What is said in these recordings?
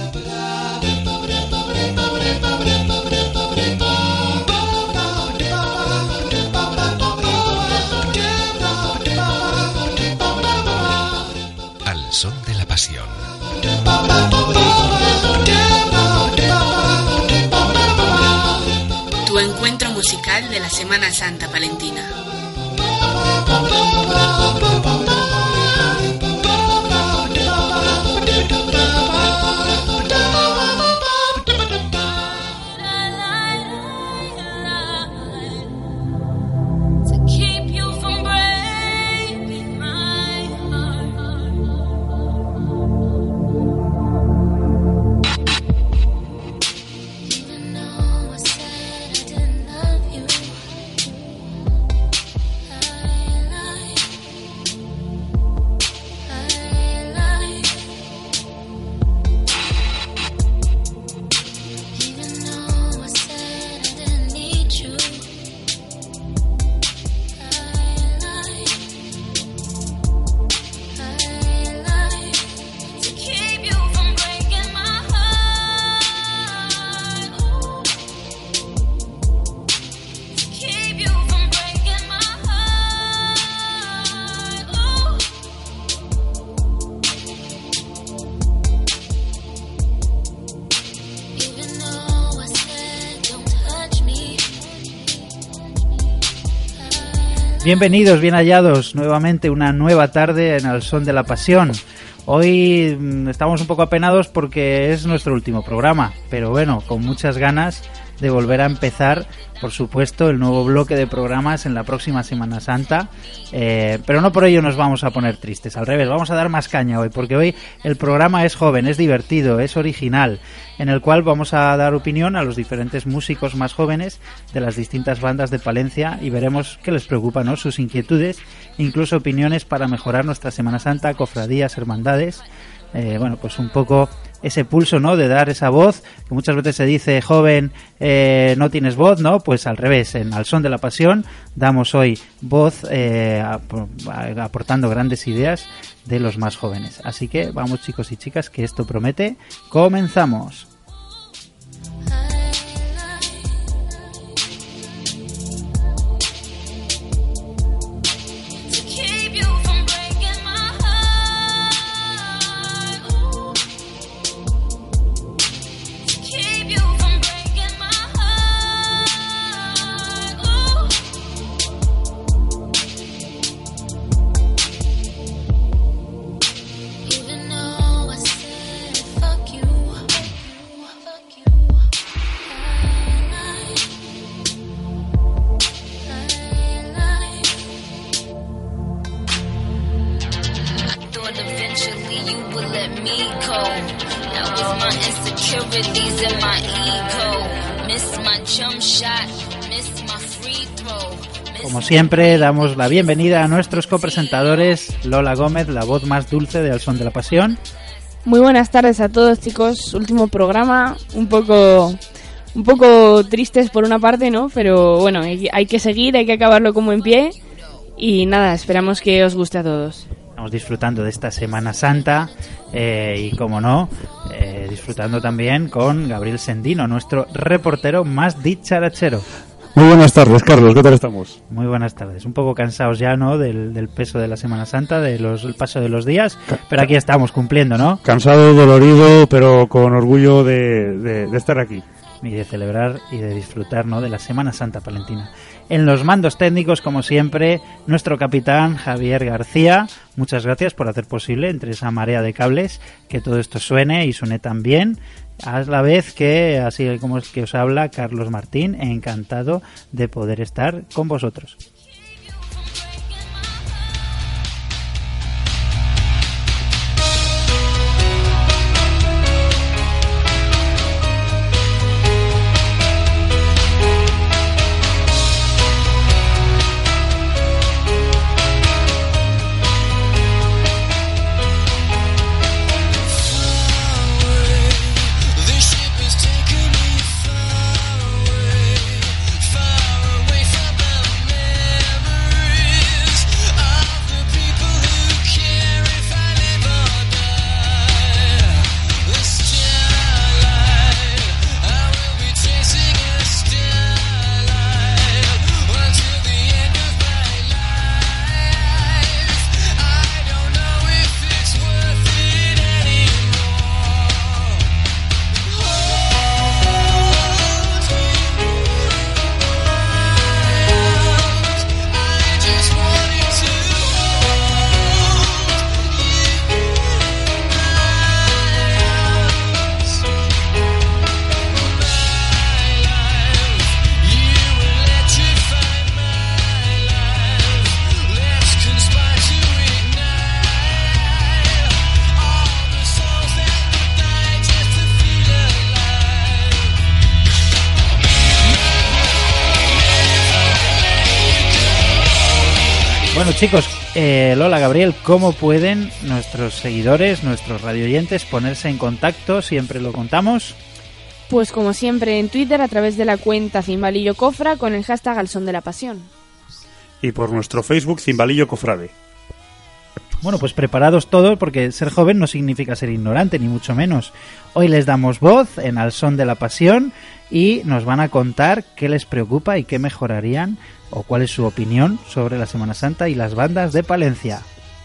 Al son de la pasión. Tu encuentro musical de la Semana Santa Palentina. Bienvenidos, bien hallados, nuevamente una nueva tarde en Al Son de la Pasión. Hoy estamos un poco apenados porque es nuestro último programa, pero bueno, con muchas ganas de volver a empezar, por supuesto, el nuevo bloque de programas en la próxima Semana Santa, pero no por ello nos vamos a poner tristes, al revés, vamos a dar más caña hoy, porque hoy el programa es joven, es divertido, es original, en el cual vamos a dar opinión a los diferentes músicos más jóvenes de las distintas bandas de Palencia y veremos qué les preocupa, ¿no?, sus inquietudes, incluso opiniones para mejorar nuestra Semana Santa, cofradías, hermandades, bueno, pues un poco ese pulso, ¿no?, de dar esa voz, que muchas veces se dice, joven, no tienes voz, ¿no? Pues al revés, en Al Son de la Pasión damos hoy voz aportando grandes ideas de los más jóvenes. Así que vamos, chicos y chicas, que esto promete. ¡Comenzamos! Como siempre, damos la bienvenida a nuestros copresentadores, Lola Gómez, la voz más dulce de Al Son de la Pasión. Muy buenas tardes a todos, chicos. Último programa, un poco tristes por una parte, ¿no? Pero bueno, hay que seguir, hay que acabarlo como en pie. Y nada, esperamos que os guste a todos. Estamos disfrutando de esta Semana Santa y, como no, disfrutando también con Gabriel Sendino, nuestro reportero más dicharachero. Muy buenas tardes, Carlos, ¿qué tal estamos? Muy buenas tardes, un poco cansados ya, ¿no?, del peso de la Semana Santa, del paso de los días, pero aquí estamos cumpliendo, ¿no? Cansado, dolorido, pero con orgullo de estar aquí. Y de celebrar y de disfrutar, ¿no?, de la Semana Santa palentina. En los mandos técnicos, como siempre, nuestro capitán Javier García. Muchas gracias por hacer posible, entre esa marea de cables, que todo esto suene y suene tan bien. A la vez que, así como es que os habla, Carlos Martín, encantado de poder estar con vosotros. Bueno, chicos, Lola, Gabriel, ¿cómo pueden nuestros seguidores, nuestros radioyentes ponerse en contacto? Siempre lo contamos. Pues como siempre en Twitter a través de la cuenta Cimbalillo Cofra con el hashtag Al Son de la Pasión. Y por nuestro Facebook, Cimbalillo Cofrade. Bueno, pues preparados todos, porque ser joven no significa ser ignorante, ni mucho menos. Hoy les damos voz en Al Son de la Pasión y nos van a contar qué les preocupa y qué mejorarían o cuál es su opinión sobre la Semana Santa y las bandas de Palencia.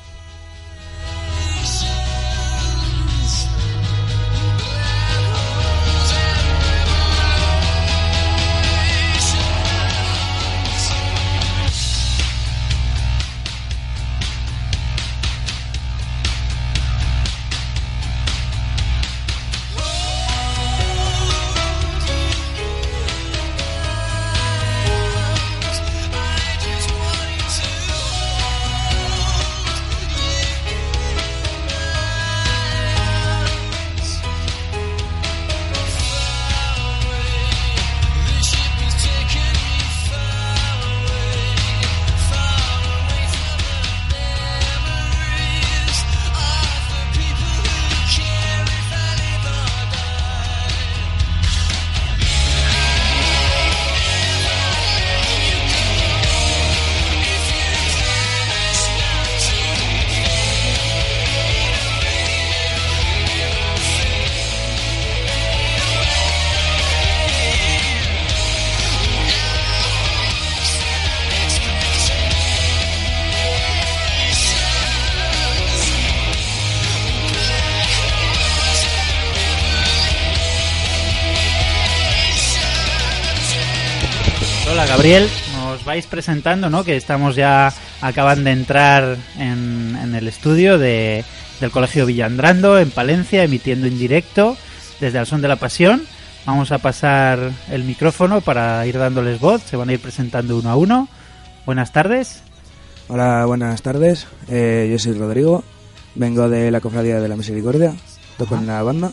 Hola, Gabriel, nos vais presentando, ¿no? Que estamos ya, acaban de entrar en el estudio del Colegio Villandrando, en Palencia, emitiendo en directo desde Al Son de la Pasión. Vamos a pasar el micrófono para ir dándoles voz, se van a ir presentando uno a uno. Buenas tardes. Hola, buenas tardes. Yo soy Rodrigo, vengo de la Cofradía de la Misericordia, toco en la banda.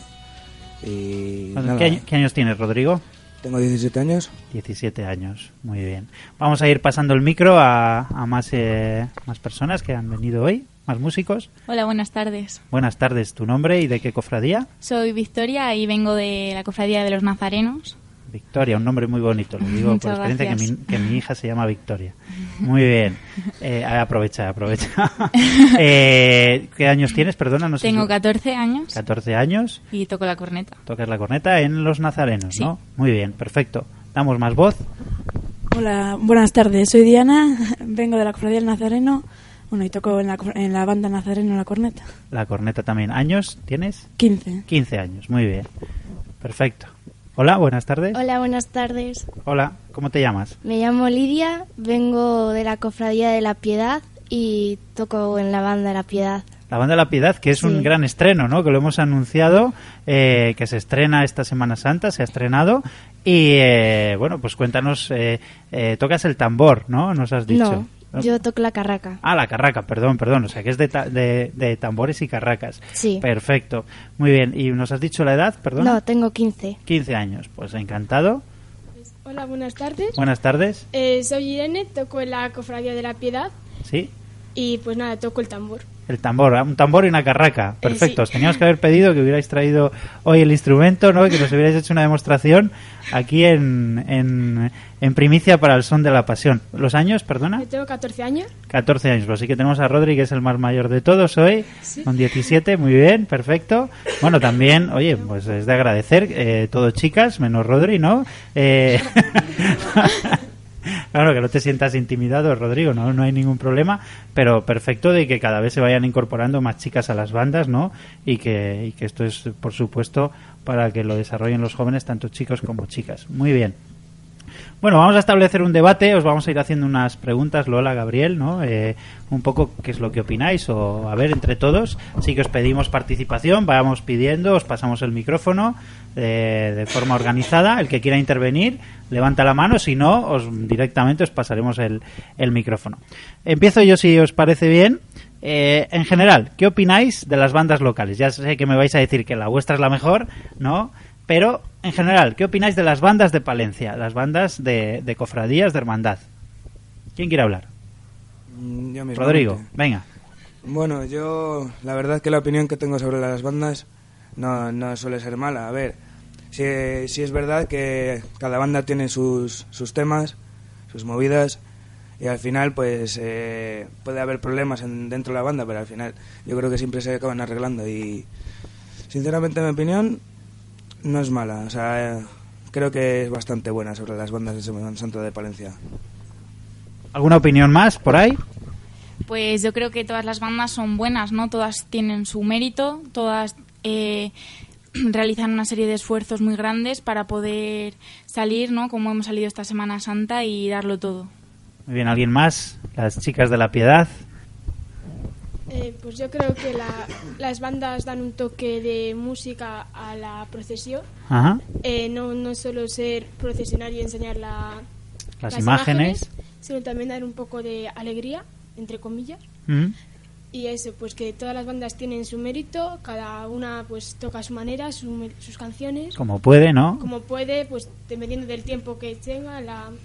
Y nada. ¿Qué años tienes, Rodrigo? Tengo 17 años. 17 años, muy bien. Vamos a ir pasando el micro a más personas que han venido hoy, más músicos. Hola, buenas tardes. Buenas tardes, ¿tu nombre y de qué cofradía? Soy Victoria y vengo de la Cofradía de los Nazarenos. Victoria, un nombre muy bonito, lo digo por experiencia que mi hija se llama Victoria. Muy bien, aprovecha. ¿Qué años tienes? Perdona, no sé. Tengo 14 años. 14 años. Y toco la corneta. Tocas la corneta en Los Nazarenos, sí. ¿no? Muy bien, perfecto. Damos más voz. Hola, buenas tardes, soy Diana, vengo de la Cofradía del Nazareno, bueno, y toco en la banda Nazareno la corneta. La corneta también. ¿Años tienes? 15. 15 años, muy bien. Perfecto. Hola, buenas tardes. Hola, buenas tardes. Hola, ¿cómo te llamas? Me llamo Lidia, vengo de la Cofradía de la Piedad y toco en la banda de la Piedad. La banda de la Piedad, que es Sí. un gran estreno, ¿no? Que lo hemos anunciado, que se estrena esta Semana Santa, se ha estrenado. Y, bueno, pues cuéntanos, tocas el tambor, ¿no? Nos has dicho. No, yo toco la carraca. Ah, la carraca, perdón. O sea, que es de tambores y carracas. Sí. Perfecto. Muy bien. ¿Y nos has dicho la edad, perdón? No, tengo 15. 15 años. Pues encantado. Hola, buenas tardes. Buenas tardes. Soy Irene, toco en la Cofradía de la Piedad Sí. y pues nada, toco el tambor. El tambor, un tambor y una carraca. Perfecto. Sí. Os teníamos que haber pedido que hubierais traído hoy el instrumento, ¿no? Que nos hubierais hecho una demostración aquí en primicia para el Son de la Pasión. ¿Los años, perdona? Yo tengo 14 años. 14 años. Pues sí que tenemos a Rodri, que es el más mayor de todos hoy, Sí. con 17. Muy bien, perfecto. Bueno, también, oye, pues es de agradecer, todo chicas, menos Rodri, ¿no? Claro, que no te sientas intimidado, Rodrigo, no hay ningún problema, pero perfecto de que cada vez se vayan incorporando más chicas a las bandas, ¿no? Y que esto es, por supuesto, para que lo desarrollen los jóvenes, tanto chicos como chicas. Muy bien. Bueno, vamos a establecer un debate, os vamos a ir haciendo unas preguntas, Lola, Gabriel, ¿no? Un poco qué es lo que opináis, o a ver, entre todos, sí que os pedimos participación, vamos pidiendo, os pasamos el micrófono de forma organizada, el que quiera intervenir, levanta la mano, si no, directamente os pasaremos el micrófono. Empiezo yo, si os parece bien. En general, ¿qué opináis de las bandas locales? Ya sé que me vais a decir que la vuestra es la mejor, ¿no? Pero, en general, ¿qué opináis de las bandas de Palencia? Las bandas de cofradías, de hermandad. ¿Quién quiere hablar? Yo mismo. Rodrigo, venga. Bueno, yo la verdad que la opinión que tengo sobre las bandas no suele ser mala. A ver, sí es verdad que cada banda tiene sus temas, sus movidas, y al final pues puede haber problemas dentro de la banda, pero al final yo creo que siempre se acaban arreglando y sinceramente mi opinión no es mala. O sea, creo que es bastante buena sobre las bandas de Semana Santa de Palencia. ¿Alguna opinión más por ahí? Pues yo creo que todas las bandas son buenas, ¿no? Todas tienen su mérito, todas realizan una serie de esfuerzos muy grandes para poder salir, ¿no? Como hemos salido esta Semana Santa y darlo todo. Muy bien, ¿alguien más? Las chicas de la Piedad. Pues yo creo que las bandas dan un toque de música a la procesión. Ajá. No solo ser procesionar y enseñar las imágenes, sino también dar un poco de alegría, entre comillas. Y eso, pues que todas las bandas tienen su mérito, cada una pues toca a su manera, sus canciones. Como puede, ¿no? Como puede, pues dependiendo del tiempo que tenga,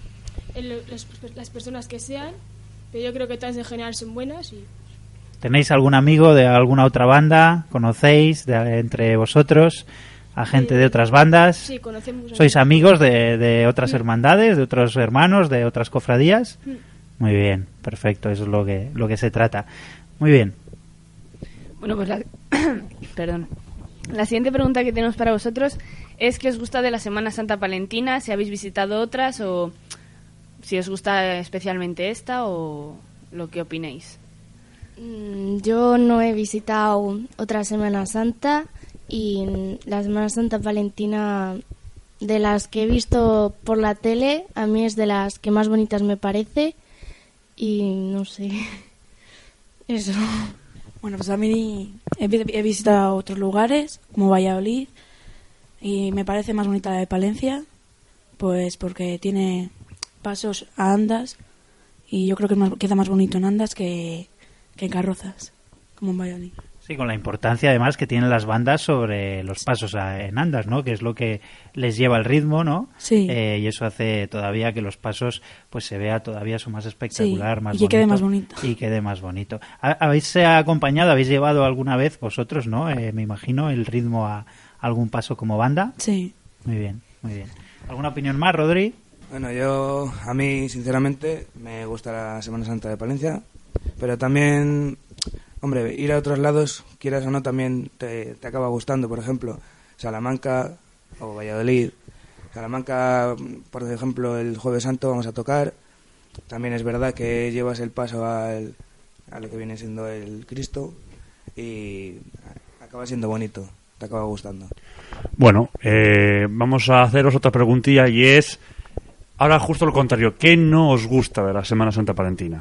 las personas que sean. Pero yo creo que todas en general son buenas. Y ¿tenéis algún amigo de alguna otra banda? ¿Conocéis entre vosotros a gente de otras bandas? Sí, conocemos. ¿Sois amigos de otras hermandades, de otros hermanos, de otras cofradías? Muy bien, perfecto, eso es lo que se trata. Muy bien. Bueno, pues perdón. La siguiente pregunta que tenemos para vosotros es ¿qué os gusta de la Semana Santa Palentina? Si habéis visitado otras o si os gusta especialmente esta o lo que opinéis. Yo no he visitado otra Semana Santa y la Semana Santa Palentina, de las que he visto por la tele, a mí es de las que más bonitas me parece y no sé, eso. Bueno, pues a mí he visitado otros lugares, como Valladolid, y me parece más bonita la de Palencia, pues porque tiene pasos a andas y yo creo que queda más bonito en andas que en carrozas, como en Valladolid. Sí, con la importancia además que tienen las bandas sobre los pasos en andas, ¿no? Que es lo que les lleva el ritmo, ¿no? Sí. Y eso hace todavía que los pasos pues se vea todavía eso más espectacular, sí, más y que bonito. Quede más bonito. Y quede más bonito. ¿Habéis acompañado, habéis llevado alguna vez vosotros, ¿no? Me imagino, el ritmo a algún paso como banda. Sí. Muy bien, muy bien. ¿Alguna opinión más, Rodri? Bueno, a mí sinceramente me gusta la Semana Santa de Palencia, pero también, hombre, ir a otros lados, quieras o no, también te acaba gustando. Por ejemplo, Salamanca o Valladolid. Salamanca, por ejemplo, el Jueves Santo vamos a tocar. También es verdad que llevas el paso a lo que viene siendo el Cristo y acaba siendo bonito, te acaba gustando. Bueno, vamos a haceros otra preguntilla y es, ahora justo lo contrario, ¿qué no os gusta de la Semana Santa Palentina?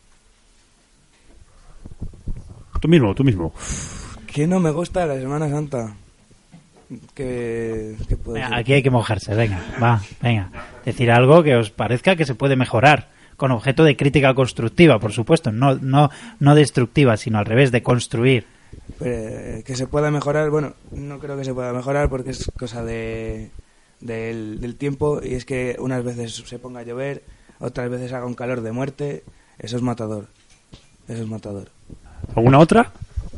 Tú mismo. ¿Qué no me gusta de la Semana Santa? ¿Qué puedo decir? Aquí hay que mojarse, venga. Decir algo que os parezca que se puede mejorar, con objeto de crítica constructiva, por supuesto, no destructiva, sino al revés, de construir. Que se pueda mejorar, bueno, no creo que se pueda mejorar porque es cosa del tiempo, y es que unas veces se ponga a llover, otras veces haga un calor de muerte. Eso es matador. ¿Alguna otra?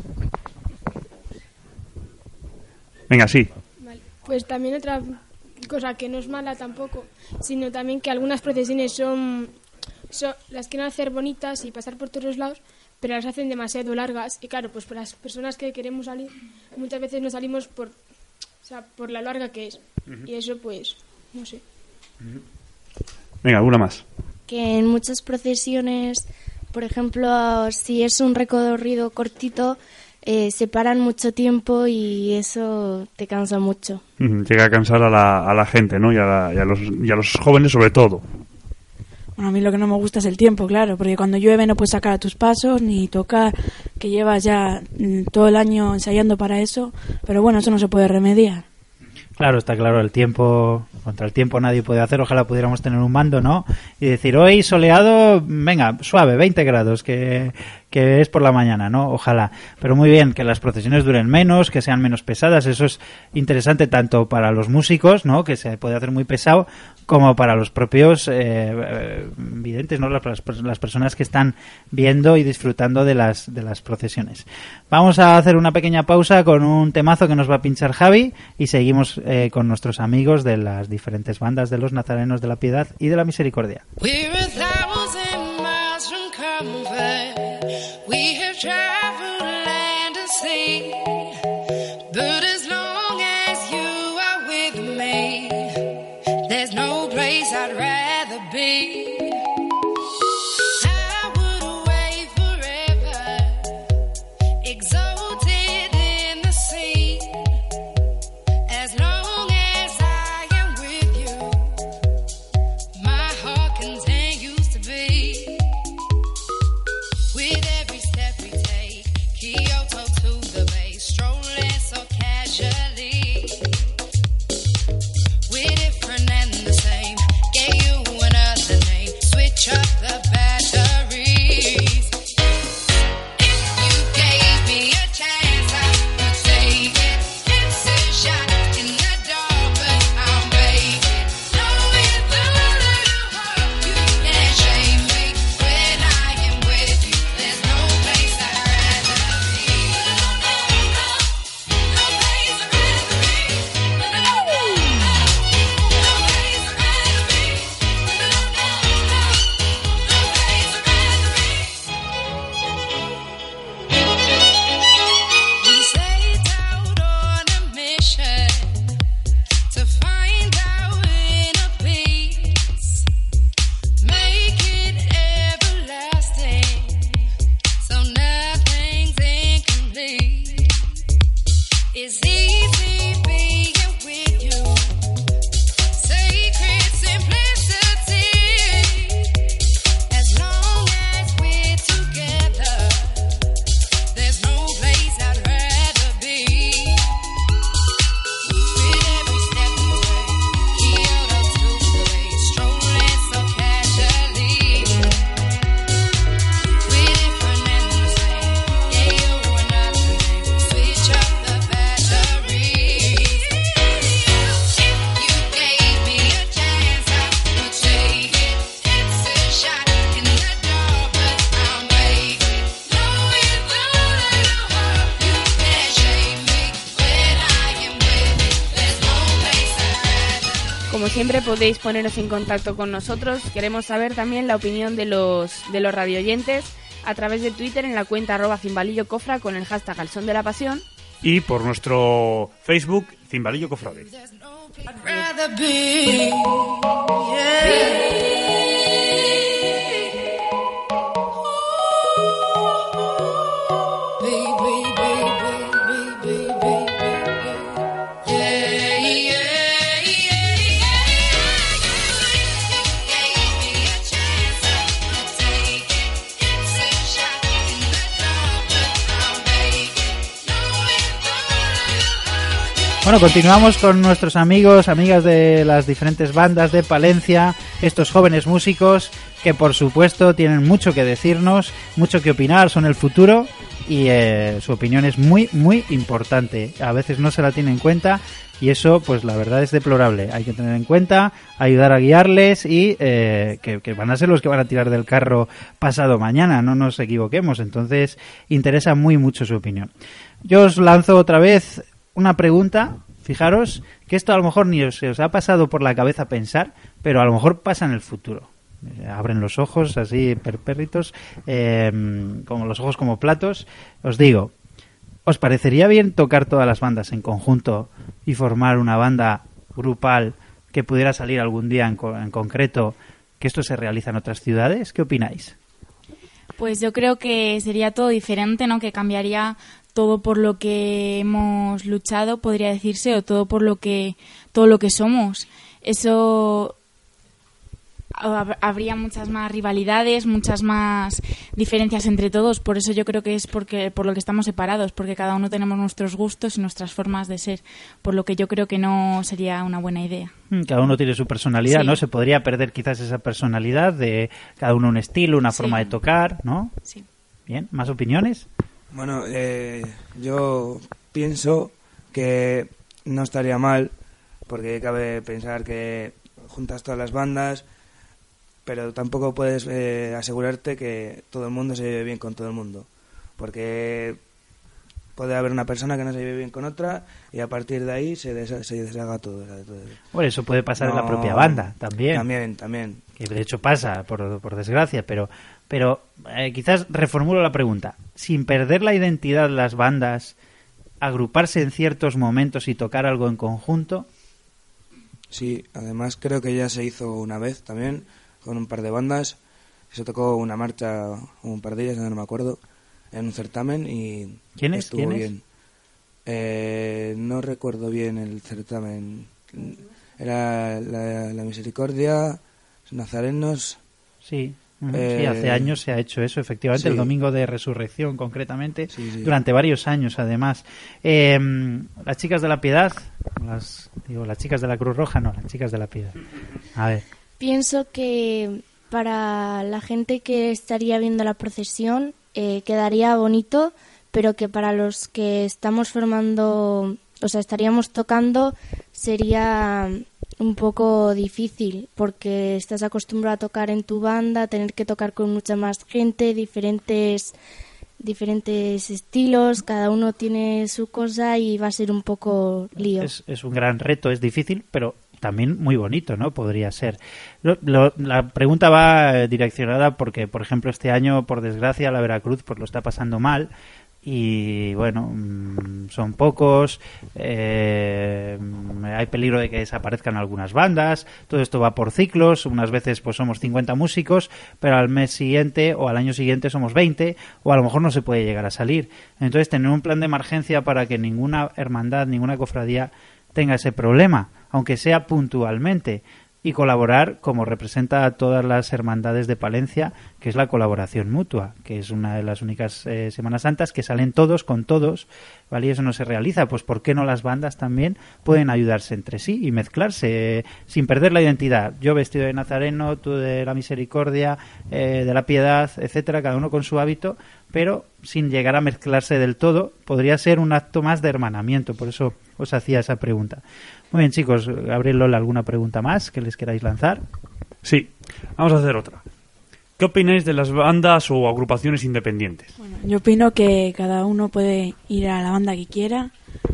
Venga, sí. Vale. Pues también otra cosa que no es mala tampoco, sino también que algunas procesiones son las quieren hacer bonitas y pasar por todos lados, pero las hacen demasiado largas y claro, pues para las personas que queremos salir muchas veces no salimos por la larga que es. Y eso pues no sé. Venga, alguna más. Que en muchas procesiones, por ejemplo, si es un recorrido cortito, se paran mucho tiempo y eso te cansa mucho. Llega a cansar a la gente, ¿no? Y a los jóvenes sobre todo. Bueno, a mí lo que no me gusta es el tiempo, claro, porque cuando llueve no puedes sacar a tus pasos ni tocar, que llevas ya todo el año ensayando para eso, pero bueno, eso no se puede remediar. Claro, está claro, contra el tiempo nadie puede hacer, ojalá pudiéramos tener un mando, ¿no? Y decir, hoy soleado, venga, suave, 20 grados, que que es por la mañana, ¿no? Ojalá. Pero muy bien, que las procesiones duren menos, que sean menos pesadas, eso es interesante tanto para los músicos, ¿no? Que se puede hacer muy pesado, como para los propios videntes, ¿no? Las personas que están viendo y disfrutando de las procesiones. Vamos a hacer una pequeña pausa con un temazo que nos va a pinchar Javi y seguimos con nuestros amigos de las diferentes bandas de los Nazarenos de la Piedad y de la Misericordia. I'd rather be. Como siempre podéis poneros en contacto con nosotros. Queremos saber también la opinión de los radioyentes a través de Twitter en la cuenta @cimbalillocofra con el hashtag Al Son de la Pasión. Y por nuestro Facebook, Cimbalillo Cofrade. Bueno, continuamos con nuestros amigos, amigas de las diferentes bandas de Palencia, estos jóvenes músicos que por supuesto tienen mucho que decirnos, mucho que opinar, son el futuro y su opinión es muy, muy importante. A veces no se la tiene en cuenta y eso pues la verdad es deplorable. Hay que tener en cuenta, ayudar a guiarles y que van a ser los que van a tirar del carro pasado mañana, no nos equivoquemos. Entonces interesa muy mucho su opinión. Yo os lanzo otra vez una pregunta, fijaros que esto a lo mejor ni se os ha pasado por la cabeza pensar, pero a lo mejor pasa en el futuro. Abren los ojos así, perritos, como los ojos como platos. Os digo, ¿os parecería bien tocar todas las bandas en conjunto y formar una banda grupal que pudiera salir algún día en concreto, que esto se realiza en otras ciudades? ¿Qué opináis? Pues yo creo que sería todo diferente, ¿no? Que cambiaría todo por lo que hemos luchado, podría decirse, o todo lo que somos. Eso habría muchas más rivalidades, muchas más diferencias entre todos. Por eso yo creo que es por lo que estamos separados, porque cada uno tenemos nuestros gustos y nuestras formas de ser, por lo que yo creo que no sería una buena idea. Cada uno tiene su personalidad, sí. ¿no? Se podría perder quizás esa personalidad de cada uno un estilo, una forma de tocar, ¿no? Sí. Bien, ¿más opiniones? Bueno, yo pienso que no estaría mal, porque cabe pensar que juntas todas las bandas, pero tampoco puedes asegurarte que todo el mundo se lleve bien con todo el mundo, porque puede haber una persona que no se lleve bien con otra y a partir de ahí se deshaga todo. Por eso puede pasar en la propia banda también. También. Que de hecho pasa, por desgracia, pero quizás reformulo la pregunta. Sin perder la identidad de las bandas, agruparse en ciertos momentos y tocar algo en conjunto. Sí, además creo que ya se hizo una vez también con un par de bandas. Se tocó una marcha, un par de ellas, no me acuerdo, en un certamen y estuvo bien. No recuerdo bien el certamen. Era la Misericordia, Nazarenos. Sí. Sí, hace años se ha hecho eso, efectivamente, sí. El Domingo de Resurrección, concretamente, sí. Durante varios años, además. Las Chicas de la Piedad, las Chicas de la Cruz Roja, no, las Chicas de la Piedad. A ver. Pienso que para la gente que estaría viendo la procesión quedaría bonito, pero que para los que estamos formando, o sea, estaríamos tocando, sería un poco difícil, porque estás acostumbrado a tocar en tu banda, tener que tocar con mucha más gente, diferentes estilos, cada uno tiene su cosa y va a ser un poco lío. Es un gran reto, es difícil, pero también muy bonito, ¿no? Podría ser. La pregunta va direccionada porque, por ejemplo, este año, por desgracia, la Veracruz pues lo está pasando mal. Y bueno, son pocos, hay peligro de que desaparezcan algunas bandas, todo esto va por ciclos, unas veces pues somos 50 músicos, pero al mes siguiente o al año siguiente somos 20, o a lo mejor no se puede llegar a salir. Entonces tener un plan de emergencia para que ninguna hermandad, ninguna cofradía tenga ese problema, aunque sea puntualmente, y colaborar como representa a todas las hermandades de Palencia, que es la colaboración mutua, que es una de las únicas Semanas Santas que salen todos con todos, ¿vale? Y eso no se realiza, pues ¿por qué no las bandas también pueden ayudarse entre sí y mezclarse sin perder la identidad? Yo vestido de nazareno, tú de la Misericordia, de la Piedad, etcétera, cada uno con su hábito, pero sin llegar a mezclarse del todo. Podría ser un acto más de hermanamiento, por eso os hacía esa pregunta. Muy bien, chicos, Gabriel, Lola, ¿alguna pregunta más que les queráis lanzar? Sí, vamos a hacer otra. ¿Qué opináis de las bandas o agrupaciones independientes? Bueno, yo opino que cada uno puede ir a la banda que quiera.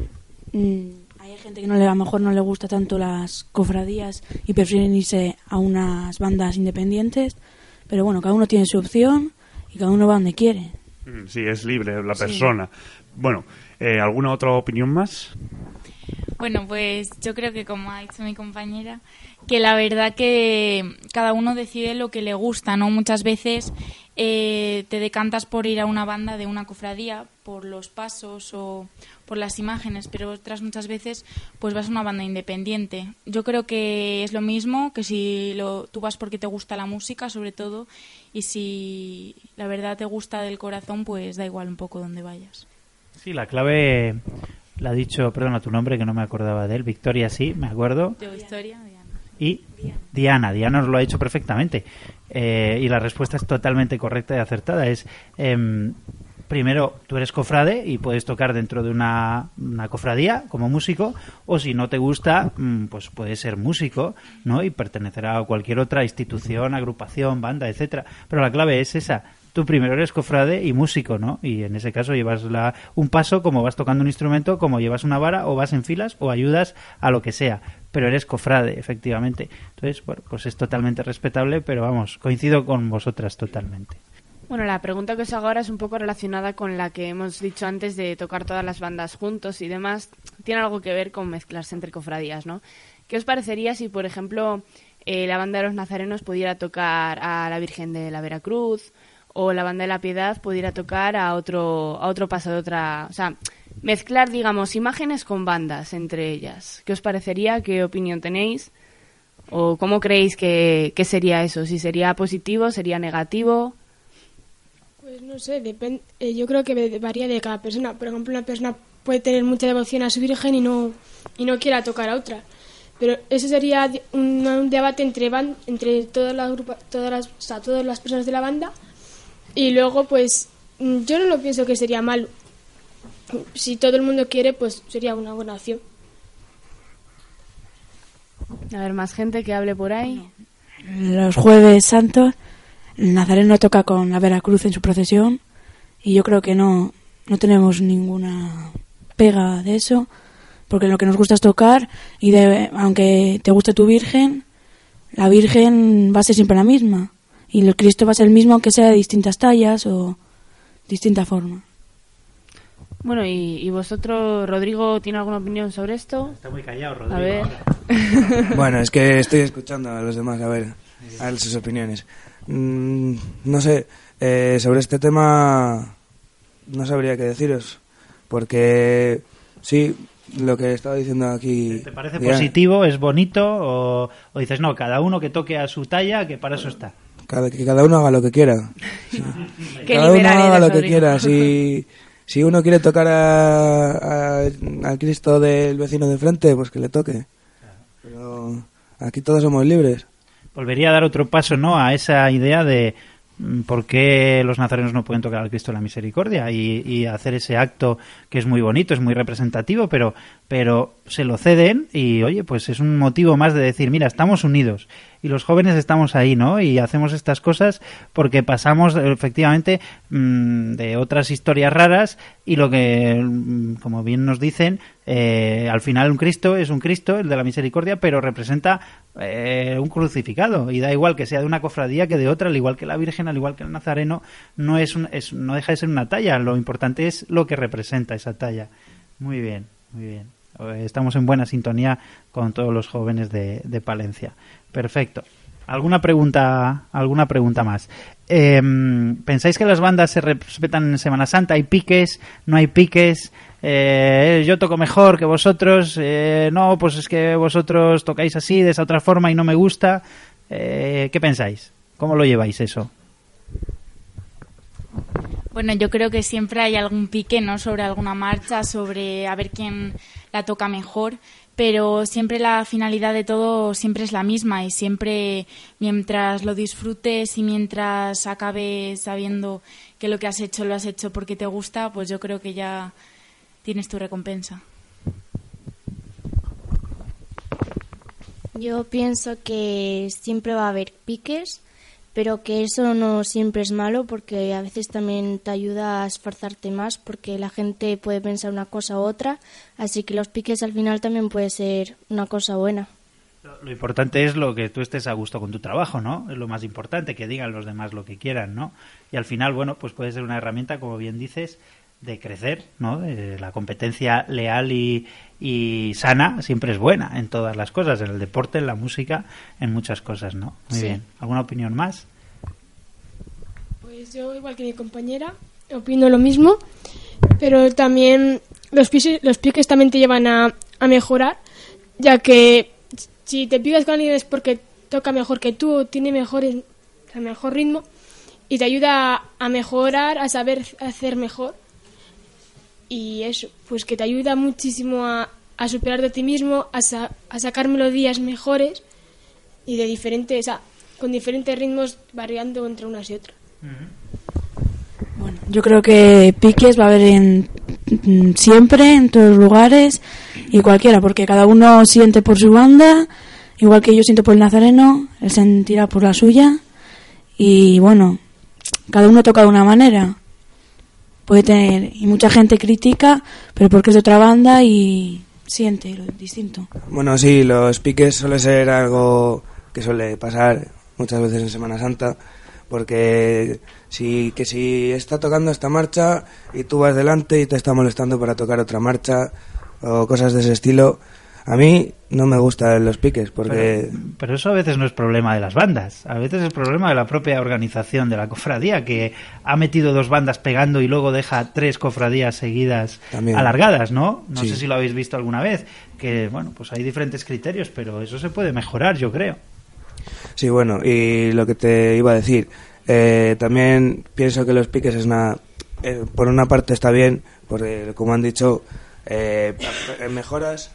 Hay gente que a lo mejor no le gusta tanto las cofradías y prefieren irse a unas bandas independientes, pero bueno, cada uno tiene su opción y cada uno va donde quiere. Sí, es libre la persona. Sí. Bueno, ¿alguna otra opinión más? Bueno, pues yo creo que, como ha dicho mi compañera, que la verdad que cada uno decide lo que le gusta, ¿no? Muchas veces te decantas por ir a una banda de una cofradía por los pasos o por las imágenes, pero otras muchas veces pues vas a una banda independiente. Yo creo que es lo mismo que si tú vas porque te gusta la música, sobre todo, y si la verdad te gusta del corazón, pues da igual un poco donde vayas. Sí, la clave la ha dicho, perdona tu nombre que no me acordaba de él, Victoria, sí, me acuerdo. Yo, Victoria, Diana. Y Diana nos lo ha dicho perfectamente. Y la respuesta es totalmente correcta y acertada. Es, primero, tú eres cofrade y puedes tocar dentro de una cofradía como músico, o si no te gusta, pues puedes ser músico, ¿no? Y pertenecer a cualquier otra institución, agrupación, banda, etcétera. Pero la clave es esa. Tú primero eres cofrade y músico, ¿no? Y en ese caso llevas un paso como vas tocando un instrumento, como llevas una vara, o vas en filas, o ayudas a lo que sea. Pero eres cofrade, efectivamente. Entonces, bueno, pues es totalmente respetable, pero vamos, coincido con vosotras totalmente. Bueno, la pregunta que os hago ahora es un poco relacionada con la que hemos dicho antes de tocar todas las bandas juntos y demás. Tiene algo que ver con mezclarse entre cofradías, ¿no? ¿Qué os parecería si, por ejemplo, la banda de los Nazarenos pudiera tocar a la Virgen de la Veracruz, o la banda de la Piedad pudiera tocar a otro paso de otra... O sea, mezclar, digamos, imágenes con bandas entre ellas? ¿Qué os parecería? ¿Qué opinión tenéis? ¿O cómo creéis que sería eso? ¿Si sería positivo? ¿Sería negativo? Pues no sé, yo creo que varía de cada persona. Por ejemplo, una persona puede tener mucha devoción a su Virgen y no quiera tocar a otra. Pero eso sería un debate entre todas las personas de la banda. Y luego, pues, Yo no lo pienso que sería malo. Si todo el mundo quiere, pues sería una buena opción. A ver, más gente que hable por ahí. Los jueves santos, el nazareno toca con la Veracruz en su procesión y yo creo que no tenemos ninguna pega de eso, porque lo que nos gusta es tocar y aunque te guste tu Virgen, la Virgen va a ser siempre la misma y el Cristo va a ser el mismo aunque sea de distintas tallas o distinta forma. Bueno, y vosotros, Rodrigo, ¿tiene alguna opinión sobre esto? Está muy callado, Rodrigo. A ver. Bueno, es que estoy escuchando a los demás, a ver sus opiniones. No sé, sobre este tema no sabría qué deciros, porque sí, lo que estaba diciendo aquí... ¿Te parece positivo, es bonito o dices, no, cada uno que toque a su talla, que para eso está? Que cada uno haga lo que quiera. Sí. Cada uno haga lo que quiera. Si uno quiere tocar al Cristo del vecino de enfrente, pues que le toque. Pero aquí todos somos libres. Volvería a dar otro paso, ¿no?, a esa idea de por qué los nazarenos no pueden tocar al Cristo de la Misericordia y hacer ese acto que es muy bonito, es muy representativo, pero se lo ceden y, oye, pues es un motivo más de decir, mira, estamos unidos y los jóvenes estamos ahí, ¿no?, y hacemos estas cosas porque pasamos efectivamente de otras historias raras y lo que, como bien nos dicen, al final un Cristo es un Cristo, el de la Misericordia, pero representa un crucificado y da igual que sea de una cofradía que de otra, al igual que la Virgen, al igual que el Nazareno, no deja de ser una talla, lo importante es lo que representa esa talla. Muy bien, muy bien. Estamos en buena sintonía con todos los jóvenes de Palencia. Perfecto. ¿Alguna pregunta más? ¿Pensáis que las bandas se respetan en Semana Santa? ¿Hay piques? ¿No hay piques? Yo toco mejor que vosotros. No, pues es que vosotros tocáis así, de esa otra forma y no me gusta. ¿Qué pensáis? ¿Cómo lo lleváis eso? Bueno, yo creo que siempre hay algún pique, ¿no?, sobre alguna marcha, sobre a ver quién la toca mejor, pero siempre la finalidad de todo siempre es la misma y siempre mientras lo disfrutes y mientras acabes sabiendo que lo que has hecho lo has hecho porque te gusta, pues yo creo que ya tienes tu recompensa. Yo pienso que siempre va a haber piques, pero que eso no siempre es malo porque a veces también te ayuda a esforzarte más porque la gente puede pensar una cosa u otra, así que los piques al final también puede ser una cosa buena. Lo importante es lo que tú estés a gusto con tu trabajo, ¿no? Es lo más importante, que digan los demás lo que quieran, ¿no? Y al final, bueno, pues puede ser una herramienta, como bien dices, de crecer, ¿no? La competencia leal y sana siempre es buena en todas las cosas, en el deporte, en la música, en muchas cosas, ¿no? Muy bien. ¿Alguna opinión más? Pues yo, igual que mi compañera, opino lo mismo, pero también los piques también te llevan a mejorar, ya que si te piques con alguien es porque toca mejor que tú o tiene mejor ritmo y te ayuda a mejorar, a saber hacer mejor. Y eso, pues que te ayuda muchísimo a superarte a ti mismo, a sacar melodías mejores y de diferentes, con diferentes ritmos variando entre unas y otras. Bueno, yo creo que piques va a haber siempre, en todos los lugares y cualquiera, porque cada uno siente por su banda, igual que yo siento por el Nazareno, él sentirá por la suya y bueno, cada uno toca de una manera. Puede tener, y mucha gente critica, pero porque es de otra banda y siente lo distinto. Bueno, sí, los piques suele ser algo que suele pasar muchas veces en Semana Santa, porque si está tocando esta marcha y tú vas delante y te está molestando para tocar otra marcha o cosas de ese estilo, a mí no me gustan los piques porque... Pero eso a veces no es problema de las bandas, a veces es problema de la propia organización de la cofradía, que ha metido dos bandas pegando y luego deja tres cofradías seguidas también alargadas, ¿no? No sé si lo habéis visto alguna vez, que bueno, pues hay diferentes criterios, pero eso se puede mejorar, yo creo. Sí, bueno, y lo que te iba a decir, también pienso que los piques es por una parte está bien, porque como han dicho, mejoras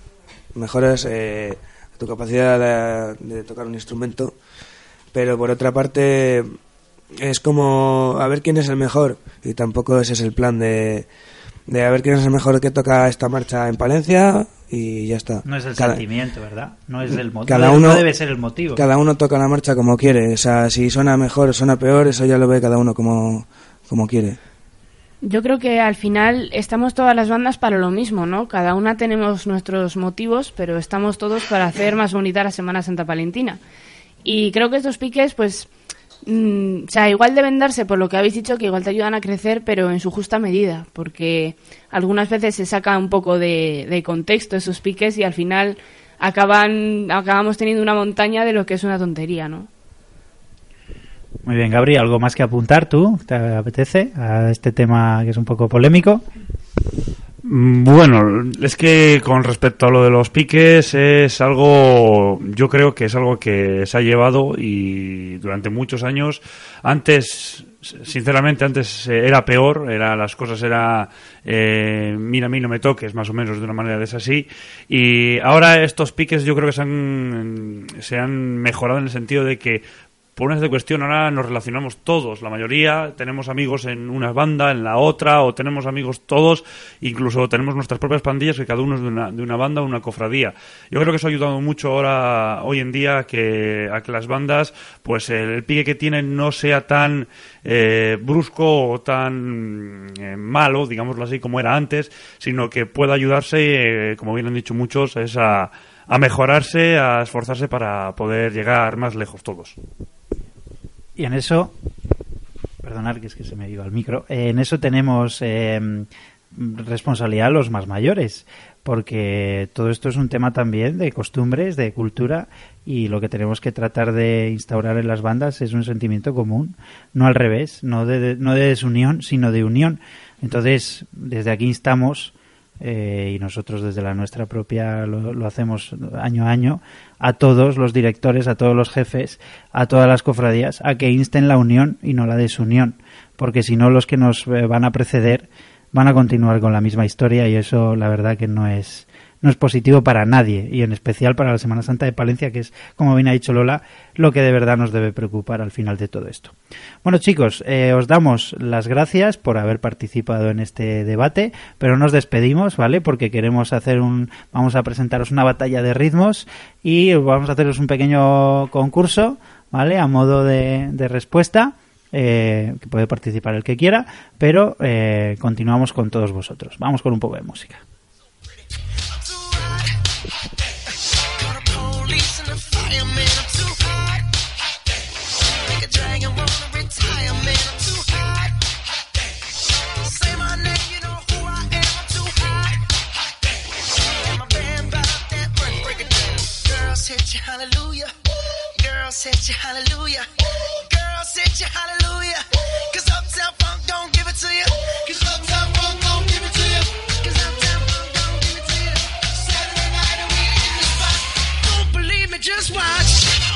tu capacidad de tocar un instrumento, pero por otra parte es como a ver quién es el mejor, y tampoco ese es el plan de a ver quién es el mejor que toca esta marcha en Palencia y ya está. No es el sentimiento, ¿verdad? No es el motivo. No debe ser el motivo. Cada uno toca la marcha como quiere. O sea, si suena mejor o suena peor, eso ya lo ve cada uno como quiere. Yo creo que al final estamos todas las bandas para lo mismo, ¿no? Cada una tenemos nuestros motivos, pero estamos todos para hacer más bonita la Semana Santa Palentina. Y creo que estos piques, pues, o sea, igual deben darse por lo que habéis dicho, que igual te ayudan a crecer, pero en su justa medida, porque algunas veces se saca un poco de contexto esos piques y al final acabamos teniendo una montaña de lo que es una tontería, ¿no? Muy bien, Gabri, ¿algo más que apuntar tú? ¿Te apetece a este tema que es un poco polémico? Bueno, es que con respecto a lo de los piques es algo, yo creo que es algo que se ha llevado y durante muchos años. Antes, sinceramente, era peor, las cosas era mira a mí no me toques, más o menos de una manera de esa así, y ahora estos piques yo creo que se han mejorado en el sentido de que por una de cuestión ahora nos relacionamos todos, la mayoría tenemos amigos en una banda, en la otra, o tenemos amigos todos, incluso tenemos nuestras propias pandillas que cada uno es de una banda o una cofradía. Yo creo que eso ha ayudado mucho hoy en día a que las bandas, pues el pique que tienen no sea tan brusco o tan malo, digámoslo así, como era antes, sino que pueda ayudarse, como bien han dicho muchos, es a mejorarse, a esforzarse para poder llegar más lejos todos. Y en eso, perdonad que es que se me iba el micro, en eso tenemos responsabilidad los más mayores, porque todo esto es un tema también de costumbres, de cultura, y lo que tenemos que tratar de instaurar en las bandas es un sentimiento común, no al revés, no de desunión, sino de unión. Entonces, desde aquí instamos, y nosotros desde la nuestra propia lo hacemos año a año, a todos los directores, a todos los jefes, a todas las cofradías, a que insten la unión y no la desunión, porque si no los que nos van a preceder van a continuar con la misma historia y eso la verdad que no es positivo para nadie, y en especial para la Semana Santa de Palencia, que es, como bien ha dicho Lola, lo que de verdad nos debe preocupar al final de todo esto. Bueno, chicos, os damos las gracias por haber participado en este debate, pero nos despedimos, ¿vale? Porque vamos a presentaros una batalla de ritmos y vamos a haceros un pequeño concurso, ¿vale? A modo de respuesta. Que puede participar el que quiera, pero continuamos con todos vosotros. Vamos con un poco de música. Hallelujah, 'cause Uptown Funk don't give it to you. 'Cause Uptown Funk don't give it to you. 'Cause Uptown Funk don't give it to you. Saturday night and we in the spot. Don't believe me, just watch.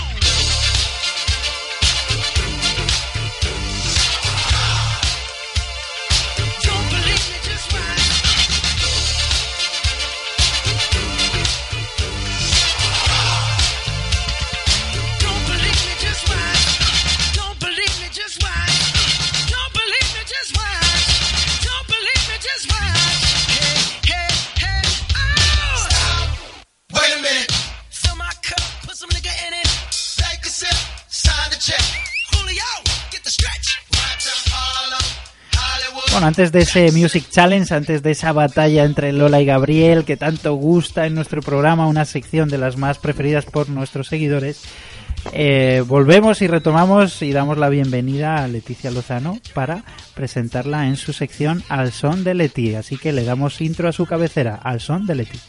Don't believe me, just watch. Don't believe me, just watch. Don't believe me, just watch. Don't believe me, just watch. Don't believe me, just watch. Hey, hey, hey, oh! Stop. Wait a minute. Fill my cup, put some nigga in it. Take a sip, sign the check. Julio, get the stretch. Right to Harlem, Hollywood. Bueno, antes de ese Music Challenge, antes de esa batalla entre Lola y Gabriel que tanto gusta en nuestro programa, una sección de las más preferidas por nuestros seguidores, volvemos y retomamos y damos la bienvenida a Leticia Lozano para presentarla en su sección Al Son de Leti. Así que le damos intro a su cabecera, Al Son de Leti.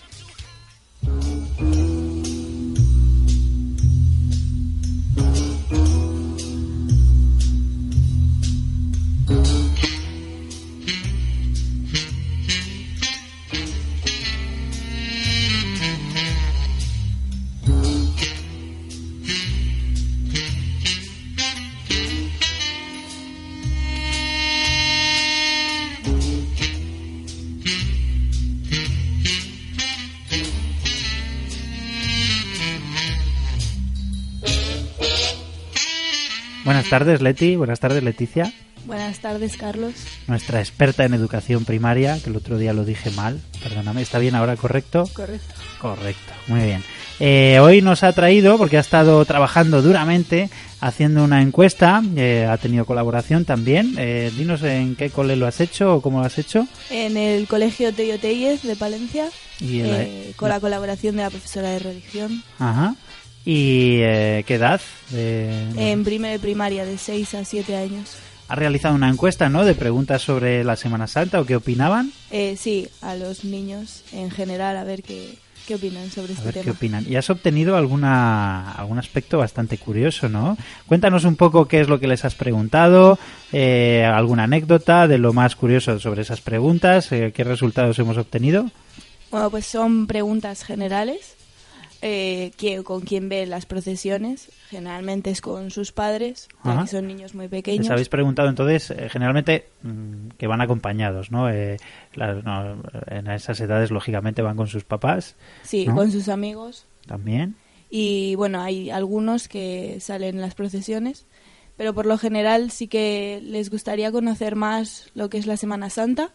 Buenas tardes, Leti. Buenas tardes, Leticia. Buenas tardes, Carlos. Nuestra experta en educación primaria, que el otro día lo dije mal. Perdóname, ¿está bien ahora, correcto? Correcto. Correcto, muy bien. Hoy nos ha traído, porque ha estado trabajando duramente, haciendo una encuesta, ha tenido colaboración también. Dinos en qué cole lo has hecho o cómo lo has hecho. En el Colegio Tello Tellez de Palencia, Y con la colaboración de la profesora de religión. Ajá. ¿Y qué edad? En primero de primaria, de 6 a 7 años. Ha realizado una encuesta, ¿no?, de preguntas sobre la Semana Santa o qué opinaban. Sí, a los niños en general, a ver qué opinan sobre este tema. ¿Qué opinan? Y has obtenido algún aspecto bastante curioso, ¿no? Cuéntanos un poco qué es lo que les has preguntado, alguna anécdota de lo más curioso sobre esas preguntas, qué resultados hemos obtenido. Bueno, pues son preguntas generales. Con quién ve las procesiones, generalmente es con sus padres, ya que son niños muy pequeños. Les habéis preguntado entonces, generalmente, que van acompañados, ¿no? En esas edades, lógicamente, van con sus papás. Sí, ¿no? Con sus amigos. También. Y bueno, hay algunos que salen en las procesiones, pero por lo general sí que les gustaría conocer más lo que es la Semana Santa,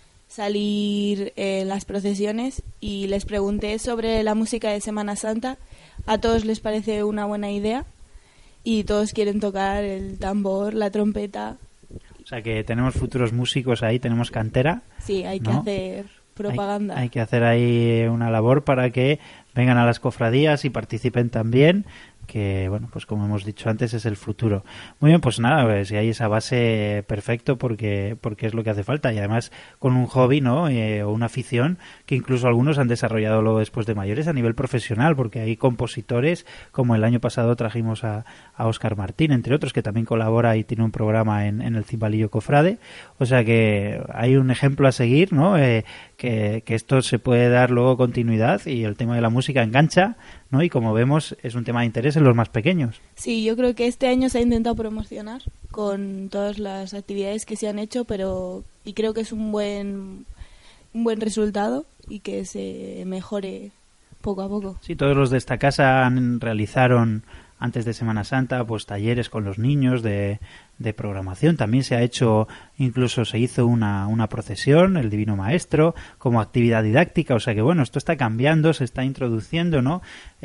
salir en las procesiones, y les pregunté sobre la música de Semana Santa. A todos les parece una buena idea y todos quieren tocar el tambor, la trompeta. O sea que tenemos futuros músicos ahí, tenemos cantera. Sí, hay que hacer propaganda. Hay que hacer ahí una labor para que vengan a las cofradías y participen también, que bueno, pues como hemos dicho antes, es el futuro. Muy bien, pues nada, pues, si hay esa base, perfecto, porque es lo que hace falta, y además con un hobby, ¿no? O una afición que incluso algunos han desarrollado luego después de mayores a nivel profesional, porque hay compositores, como el año pasado trajimos a Óscar Martín, entre otros, que también colabora y tiene un programa en el Cimbalillo Cofrade. O sea que hay un ejemplo a seguir, ¿no? Que esto se puede dar luego continuidad, y el tema de la música engancha, ¿no? Y como vemos, es un tema de interés en los más pequeños. Sí, yo creo que este año se ha intentado promocionar con todas las actividades que se han hecho, y creo que es un buen resultado, y que se mejore poco a poco. Sí, todos los de esta casa realizaron antes de Semana Santa pues talleres con los niños de programación. También se ha hecho, incluso se hizo una procesión, el Divino Maestro, como actividad didáctica. O sea que bueno, esto está cambiando, se está introduciendo, ¿no?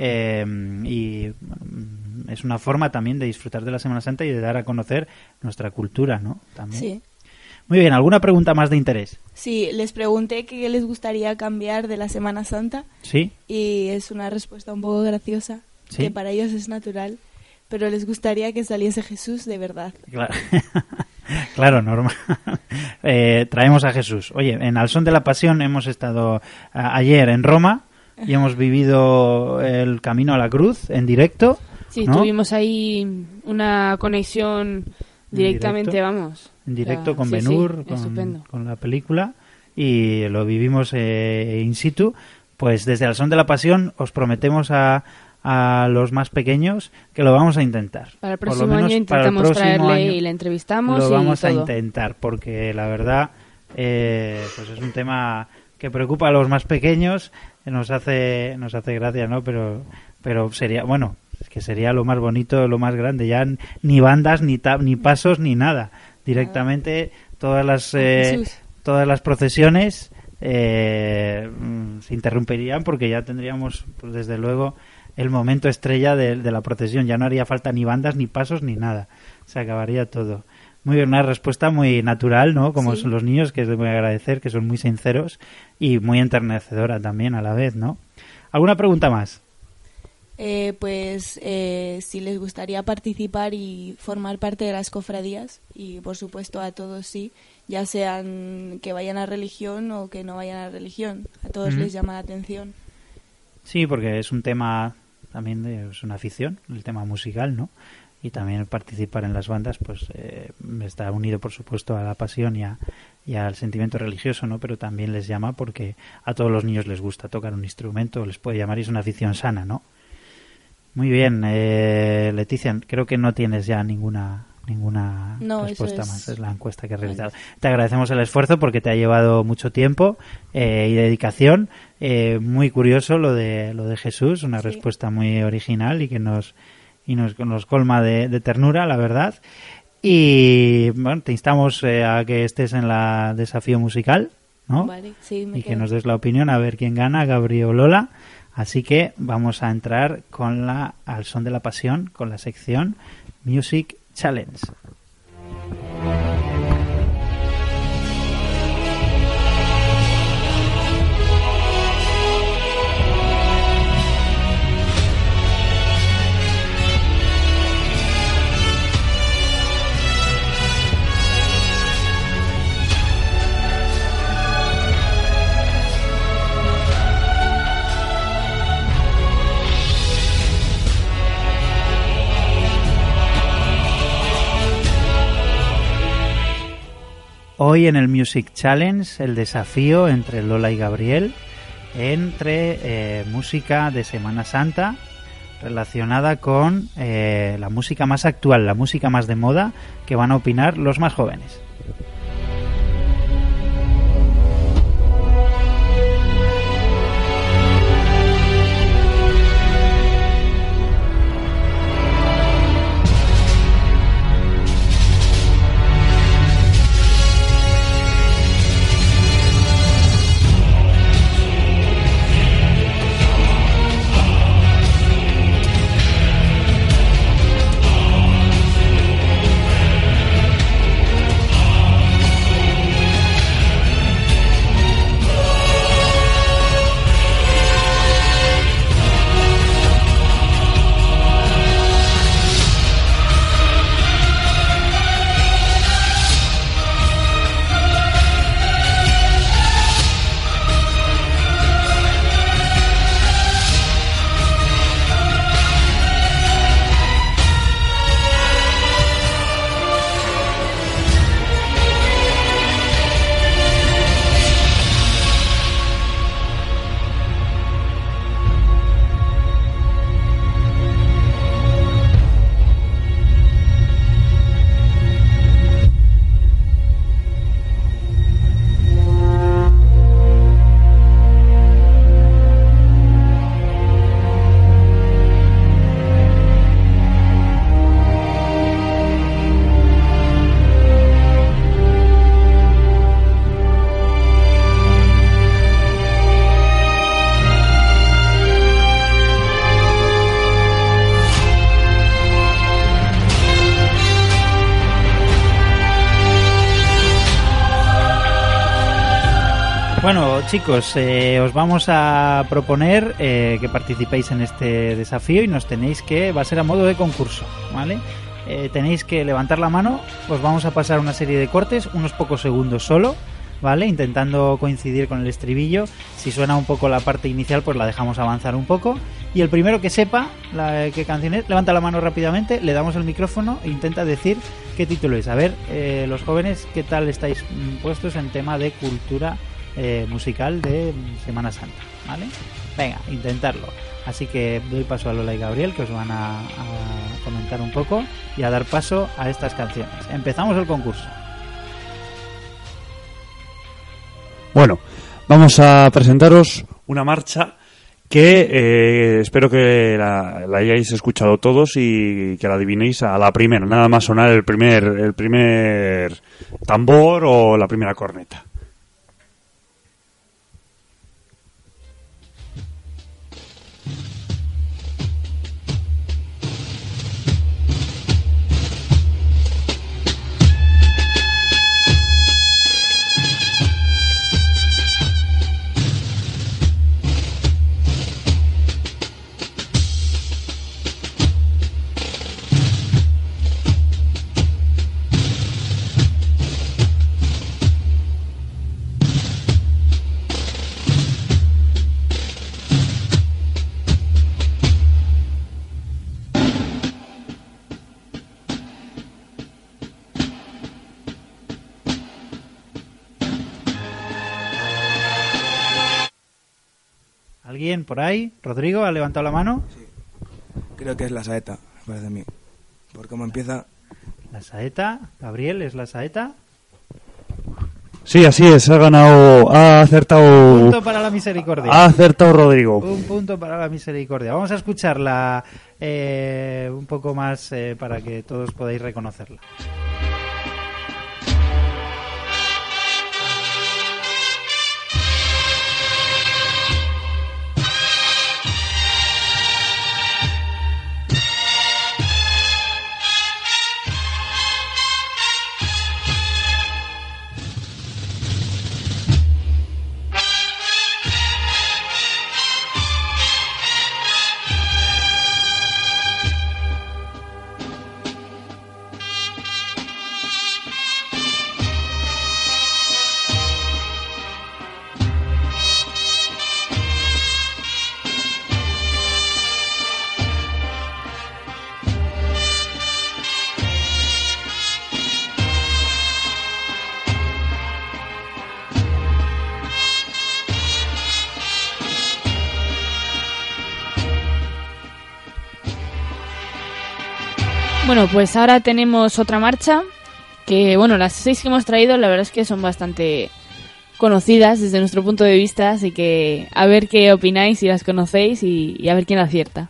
Y es una forma también de disfrutar de la Semana Santa y de dar a conocer nuestra cultura, ¿no? También. Sí. Muy bien, ¿alguna pregunta más de interés? Sí, les pregunté qué les gustaría cambiar de la Semana Santa. Sí. Y es una respuesta un poco graciosa. ¿Sí? Que para ellos es natural, pero les gustaría que saliese Jesús de verdad. Claro, claro, normal. Traemos a Jesús. Oye, en Al Son de la Pasión hemos estado ayer en Roma y hemos vivido el camino a la cruz en directo. Sí, ¿no? tuvimos ahí una conexión directamente, vamos. En directo, con sí, Ben-Hur, sí, con la película, y lo vivimos in situ. Pues desde Al Son de la Pasión os prometemos a los más pequeños que lo vamos a intentar. Para el próximo año intentamos traerle y le entrevistamos. Lo vamos a todo. intentar, porque la verdad pues es un tema que preocupa a los más pequeños, nos hace gracia, ¿no? Pero sería, bueno, es que sería lo más bonito, lo más grande, ya ni bandas, ni pasos, ni nada. Directamente todas las procesiones se interrumpirían, porque ya tendríamos, pues desde luego, el momento estrella de la procesión. Ya no haría falta ni bandas, ni pasos, ni nada. Se acabaría todo. Muy bien, una respuesta muy natural, ¿no? Como son los niños, que es de muy agradecer, que son muy sinceros y muy enternecedora también a la vez, ¿no? ¿Alguna pregunta más? Si les gustaría participar y formar parte de las cofradías, y por supuesto a todos sí, ya sean que vayan a religión o que no vayan a religión, a todos les llama la atención. Sí, porque es un tema también, es una afición, el tema musical, ¿no? Y también participar en las bandas, pues está unido, por supuesto, a la pasión y al sentimiento religioso, ¿no? Pero también les llama porque a todos los niños les gusta tocar un instrumento, les puede llamar, y es una afición sana, ¿no? Muy bien, Leticia, creo que no tienes ya ninguna respuesta más. Es la encuesta que has realizado. Te agradecemos el esfuerzo, porque te ha llevado mucho tiempo y dedicación. Muy curioso lo de Jesús, una respuesta muy original y que nos y nos colma de ternura, la verdad. Y bueno, te instamos a que estés en la desafío musical, ¿no? Vale, sí, me y que quedo. nos des la opinión a ver quién gana, Gabriel o Lola. Así que vamos a entrar al son de la pasión, con la sección Music Challenge. Hoy en el Music Challenge, el desafío entre Lola y Gabriel, entre música de Semana Santa relacionada con la música más actual, la música más de moda, que van a opinar los más jóvenes. Bueno, chicos, os vamos a proponer que participéis en este desafío y va a ser a modo de concurso, ¿vale? Tenéis que levantar la mano, os vamos a pasar una serie de cortes, unos pocos segundos solo, ¿vale? Intentando coincidir con el estribillo. Si suena un poco la parte inicial, pues la dejamos avanzar un poco. Y el primero que sepa qué canción es, levanta la mano rápidamente, le damos el micrófono e intenta decir qué título es. A ver, los jóvenes, ¿qué tal estáis puestos en tema de cultura musical de Semana Santa? ¿Vale? Venga, intentarlo. Así que doy paso a Lola y Gabriel, que os van a comentar un poco y a dar paso a estas canciones. Empezamos el concurso. Bueno, vamos a presentaros una marcha que espero que la hayáis escuchado todos y que la adivinéis a la primera, nada más sonar el primer tambor o la primera corneta. ¿Alguien por ahí? ¿Rodrigo ha levantado la mano? Sí. Creo que es la saeta, me parece a mí. Por cómo empieza. La saeta. Gabriel, ¿es la saeta? Sí, así es, ha acertado. Un punto para la misericordia. Ha acertado Rodrigo. Un punto para la misericordia. Vamos a escucharla un poco más para que todos podáis reconocerla. Bueno, pues ahora tenemos otra marcha que, bueno, las 6 que hemos traído la verdad es que son bastante conocidas desde nuestro punto de vista, así que a ver qué opináis, si las conocéis y a ver quién acierta.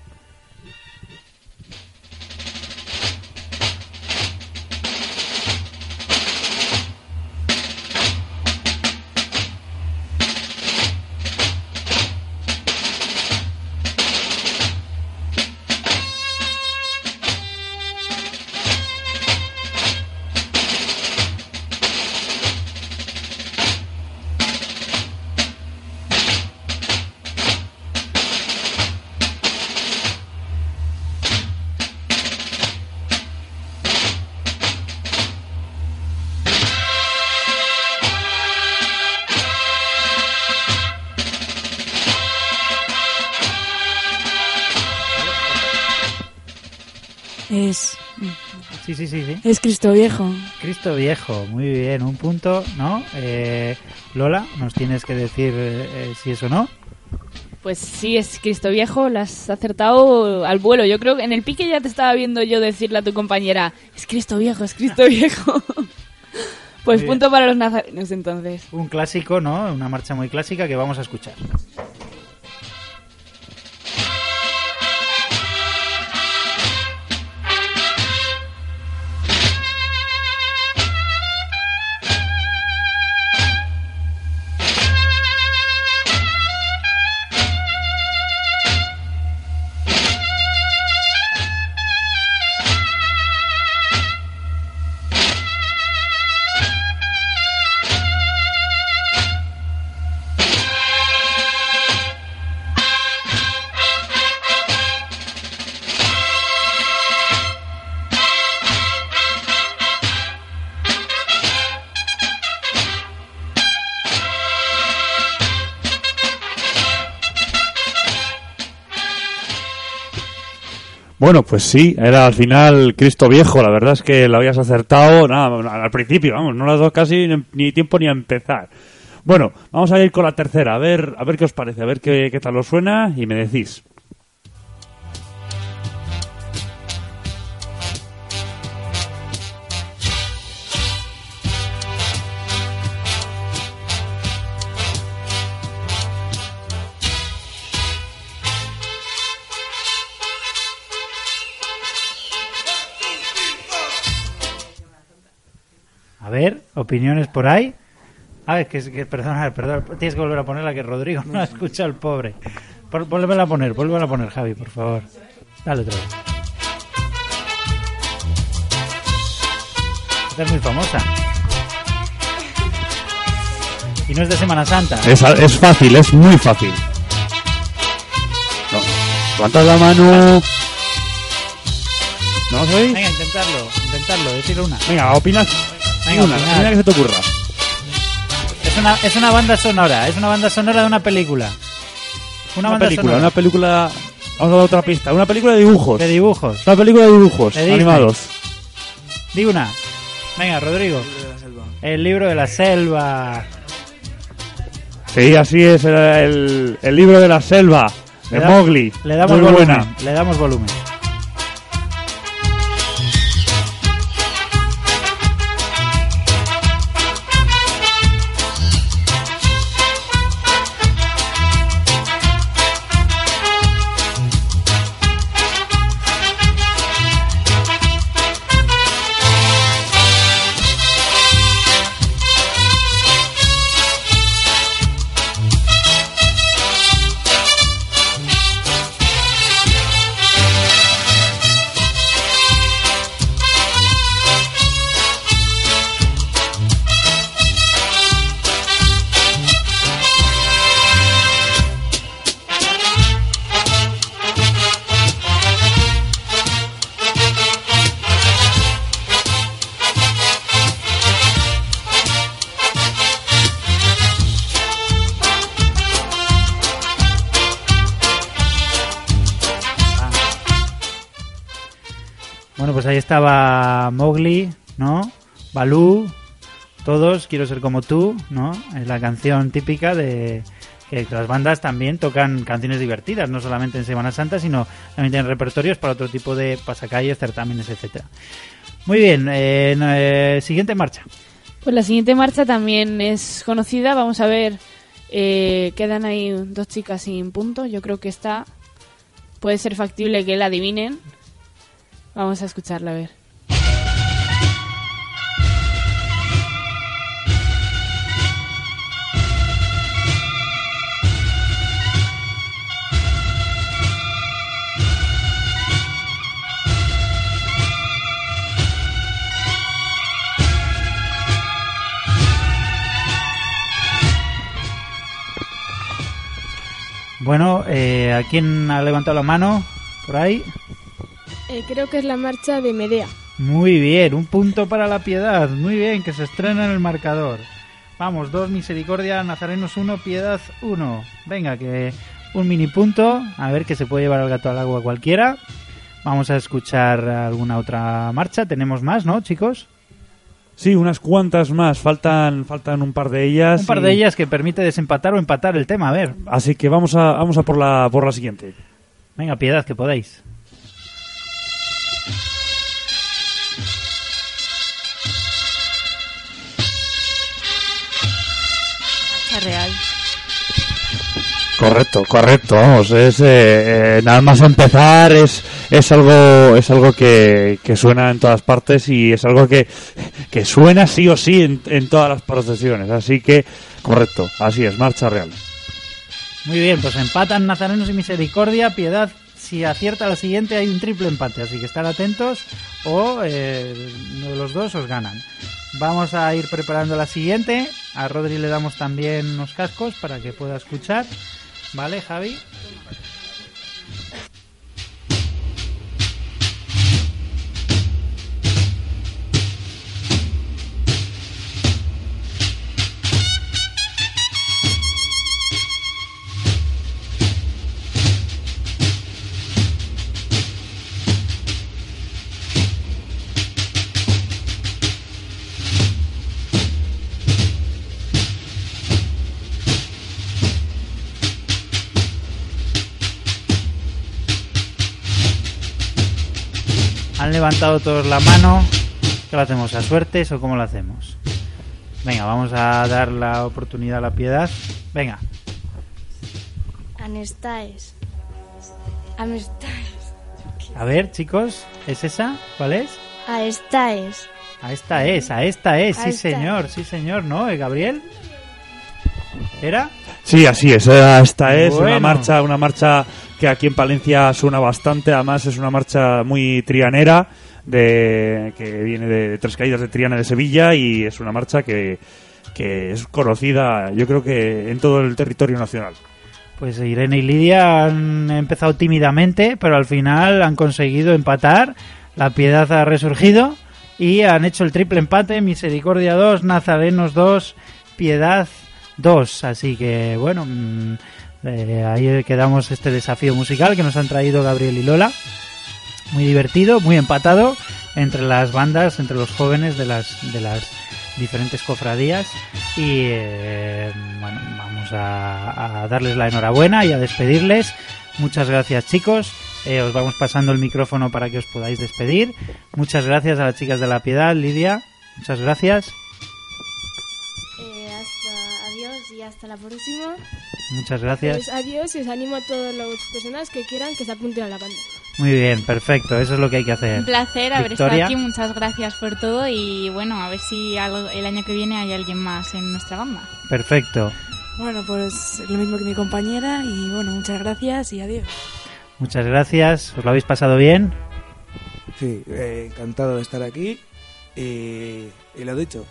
Sí. Es Cristo Viejo. Cristo Viejo, muy bien, un punto, ¿no? Lola, nos tienes que decir si es o no. Pues sí, es Cristo Viejo, la has acertado al vuelo. Yo creo que en el pique ya te estaba viendo yo decirle a tu compañera, es Cristo Viejo, es Cristo Viejo. Pues punto para los nazarenos entonces. Un clásico, ¿no? Una marcha muy clásica que vamos a escuchar. Bueno, pues sí, era al final Cristo Viejo, la verdad es que lo habías acertado, nada, al principio, vamos, no le has dado casi ni tiempo ni a empezar. Bueno, vamos a ir con la tercera, a ver qué os parece, a ver qué tal os suena y me decís. A ver, opiniones por ahí. A ver, perdona, tienes que volver a ponerla, que Rodrigo no la escucha, el pobre. Vuélvela a poner, Javi, por favor. Dale otra vez. Esta es muy famosa. Y no es de Semana Santa. Es fácil, es muy fácil. No. Levantad la mano. ¿No sois? Venga, intentarlo, decir una. Venga, opinad. Venga, una que se te ocurra. Es una banda sonora, de una película. Una película. Vamos a dar otra pista. Una película de dibujos. Una película de dibujos animados. Di una. Venga, Rodrigo. El libro de la selva. Sí, así es, el libro de la selva de Mowgli. Le damos muy volumen. Buena. Le damos volumen. Bueno, pues ahí estaba Mowgli, ¿no? Balú, todos, Quiero ser como tú, ¿no? Es la canción típica de que las bandas también tocan canciones divertidas, no solamente en Semana Santa, sino también tienen repertorios para otro tipo de pasacalles, certámenes, etcétera. Muy bien, siguiente marcha. Pues la siguiente marcha también es conocida. Vamos a ver, quedan ahí 2 chicas sin punto. Yo creo que esta puede ser factible que la adivinen. Vamos a escucharla a ver. Bueno, ¿a quién ha levantado la mano por ahí? Creo que es la marcha de Medea. Muy bien, un punto para La Piedad. Muy bien, que se estrena en el marcador. Vamos, 2 Misericordia, Nazarenos 1, Piedad 1. Venga, que un mini punto. A ver que se puede llevar al gato al agua cualquiera. Vamos a escuchar alguna otra marcha. Tenemos más, ¿no, chicos? Sí, unas cuantas más. Faltan un par de ellas. Un par de ellas que permite desempatar o empatar el tema, a ver. Así que vamos a por la siguiente. Venga, Piedad, que podéis. Real. Correcto, vamos, es nada más empezar es algo que suena en todas partes y es algo que suena sí o sí en todas las procesiones, así que correcto, así es, marcha real. Muy bien, pues empatan Nazarenos y Misericordia. Piedad, si acierta la siguiente hay un triple empate, así que estar atentos o uno de los dos os ganan. Vamos a ir preparando la siguiente. A Rodri le damos también unos cascos para que pueda escuchar. ¿Vale, Javi? Han levantado todos la mano. ¿Qué lo hacemos? ¿A suertes o cómo lo hacemos? Venga, vamos a dar la oportunidad a La Piedad. Venga. Amistades. A ver, chicos, ¿es esa? ¿Cuál es? A esta es. Sí señor, ¿no? ¿Gabriel? ¿Era? Sí, así es, esta es Bueno. una marcha que aquí en Palencia suena bastante, además es una marcha muy trianera, que viene de Tres Caídas de Triana de Sevilla y es una marcha que es conocida, yo creo que en todo el territorio nacional. Pues Irene y Lidia han empezado tímidamente, pero al final han conseguido empatar. La Piedad ha resurgido y han hecho el triple empate. Misericordia 2, Nazarenos 2, Piedad 2. Así que, bueno, ahí quedamos este desafío musical que nos han traído Gabriel y Lola. Muy divertido, muy empatado entre las bandas, entre los jóvenes de las diferentes cofradías. Y bueno, vamos a darles la enhorabuena y a despedirles. Muchas gracias, chicos. Os vamos pasando el micrófono para que os podáis despedir. Muchas gracias a las chicas de La Piedad. Lidia, muchas gracias. Adiós y hasta la próxima. Muchas gracias. Pues adiós y os animo a todas las personas que quieran que se apunten a la banda. Muy bien, perfecto. Eso es lo que hay que hacer. Un placer haber estado Victoria. aquí. Muchas gracias por todo y bueno, a ver si el año que viene hay alguien más en nuestra banda. Perfecto. Bueno, pues lo mismo que mi compañera y bueno, muchas gracias y adiós. Muchas gracias. ¿Os lo habéis pasado bien? Sí, encantado de estar aquí y lo dicho,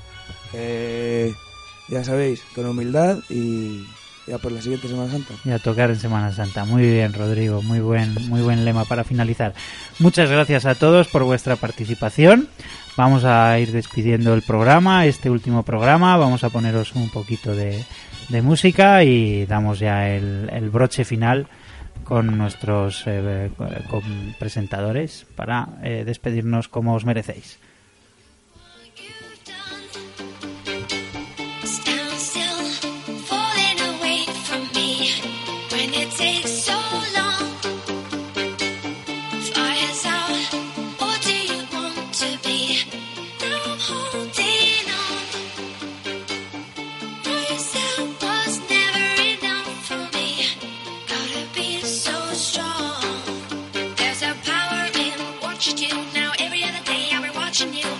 ya sabéis, con humildad y ya por la siguiente Semana Santa. Y a tocar en Semana Santa. Muy bien, Rodrigo. Muy buen lema para finalizar. Muchas gracias a todos por vuestra participación. Vamos a ir despidiendo el programa, este último programa. Vamos a poneros un poquito de música y damos ya el broche final con nuestros con presentadores para despedirnos como os merecéis. Stand still, falling away from me when it takes so long. Fire's out, what do you want to be? Now I'm holding on. Myself was never enough for me. Gotta be so strong. There's a power in what you do. Now every other day I'll be watching you.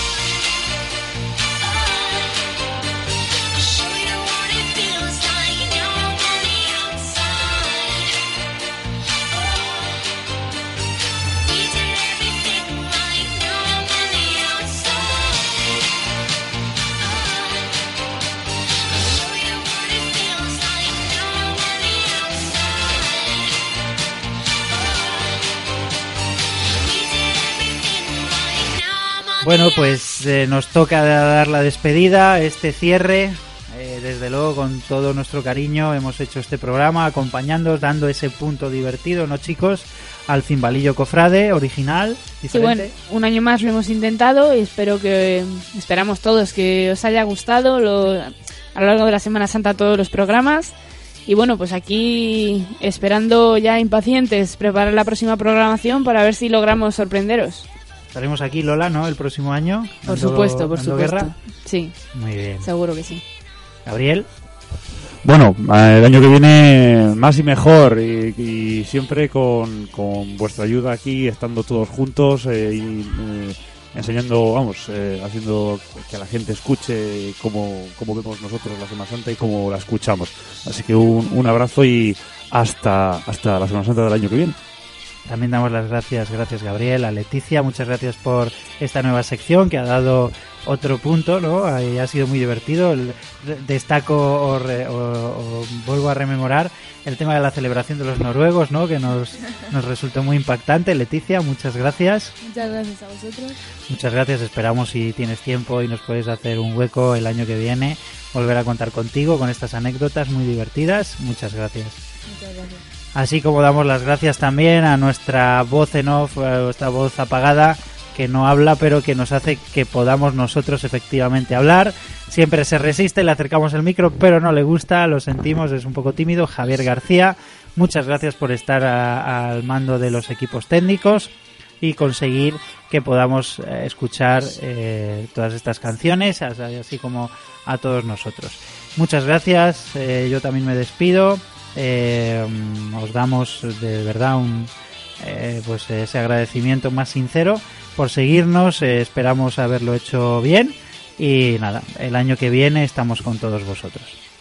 Bueno, pues nos toca dar la despedida, este cierre. Desde luego, con todo nuestro cariño hemos hecho este programa, acompañándoos, dando ese punto divertido, ¿no, chicos? Al Cimbalillo Cofrade, original, diferente. Sí, bueno, un año más lo hemos intentado y esperamos todos que os haya gustado a lo largo de la Semana Santa todos los programas. Y bueno, pues aquí esperando ya impacientes preparar la próxima programación para ver si logramos sorprenderos. Estaremos aquí, Lola, ¿no? El próximo año. Por supuesto. Guerra. Sí. Muy bien. Seguro que sí. Gabriel. Bueno, el año que viene más y mejor y siempre con vuestra ayuda aquí, estando todos juntos enseñando, haciendo que la gente escuche cómo vemos nosotros la Semana Santa y cómo la escuchamos. Así que un abrazo y hasta la Semana Santa del año que viene. También damos las gracias Gabriel, a Leticia, muchas gracias por esta nueva sección que ha dado otro punto, ¿no? Ha sido muy divertido. Destaco o vuelvo a rememorar el tema de la celebración de los noruegos, ¿no? Que nos resultó muy impactante. Leticia, muchas gracias. Muchas gracias a vosotros. Muchas gracias, esperamos si tienes tiempo y nos puedes hacer un hueco el año que viene, volver a contar contigo con estas anécdotas muy divertidas. Muchas gracias. Muchas gracias. Así como damos las gracias también a nuestra voz en off, esta voz apagada que no habla pero que nos hace que podamos nosotros efectivamente hablar. Siempre se resiste, le acercamos el micro pero no le gusta, lo sentimos, es un poco tímido. Javier García, muchas gracias por estar al mando de los equipos técnicos y conseguir que podamos escuchar todas estas canciones, así como a todos nosotros. Muchas gracias, yo también me despido. Os damos de verdad pues ese agradecimiento más sincero por seguirnos, esperamos haberlo hecho bien y nada, el año que viene estamos con todos vosotros.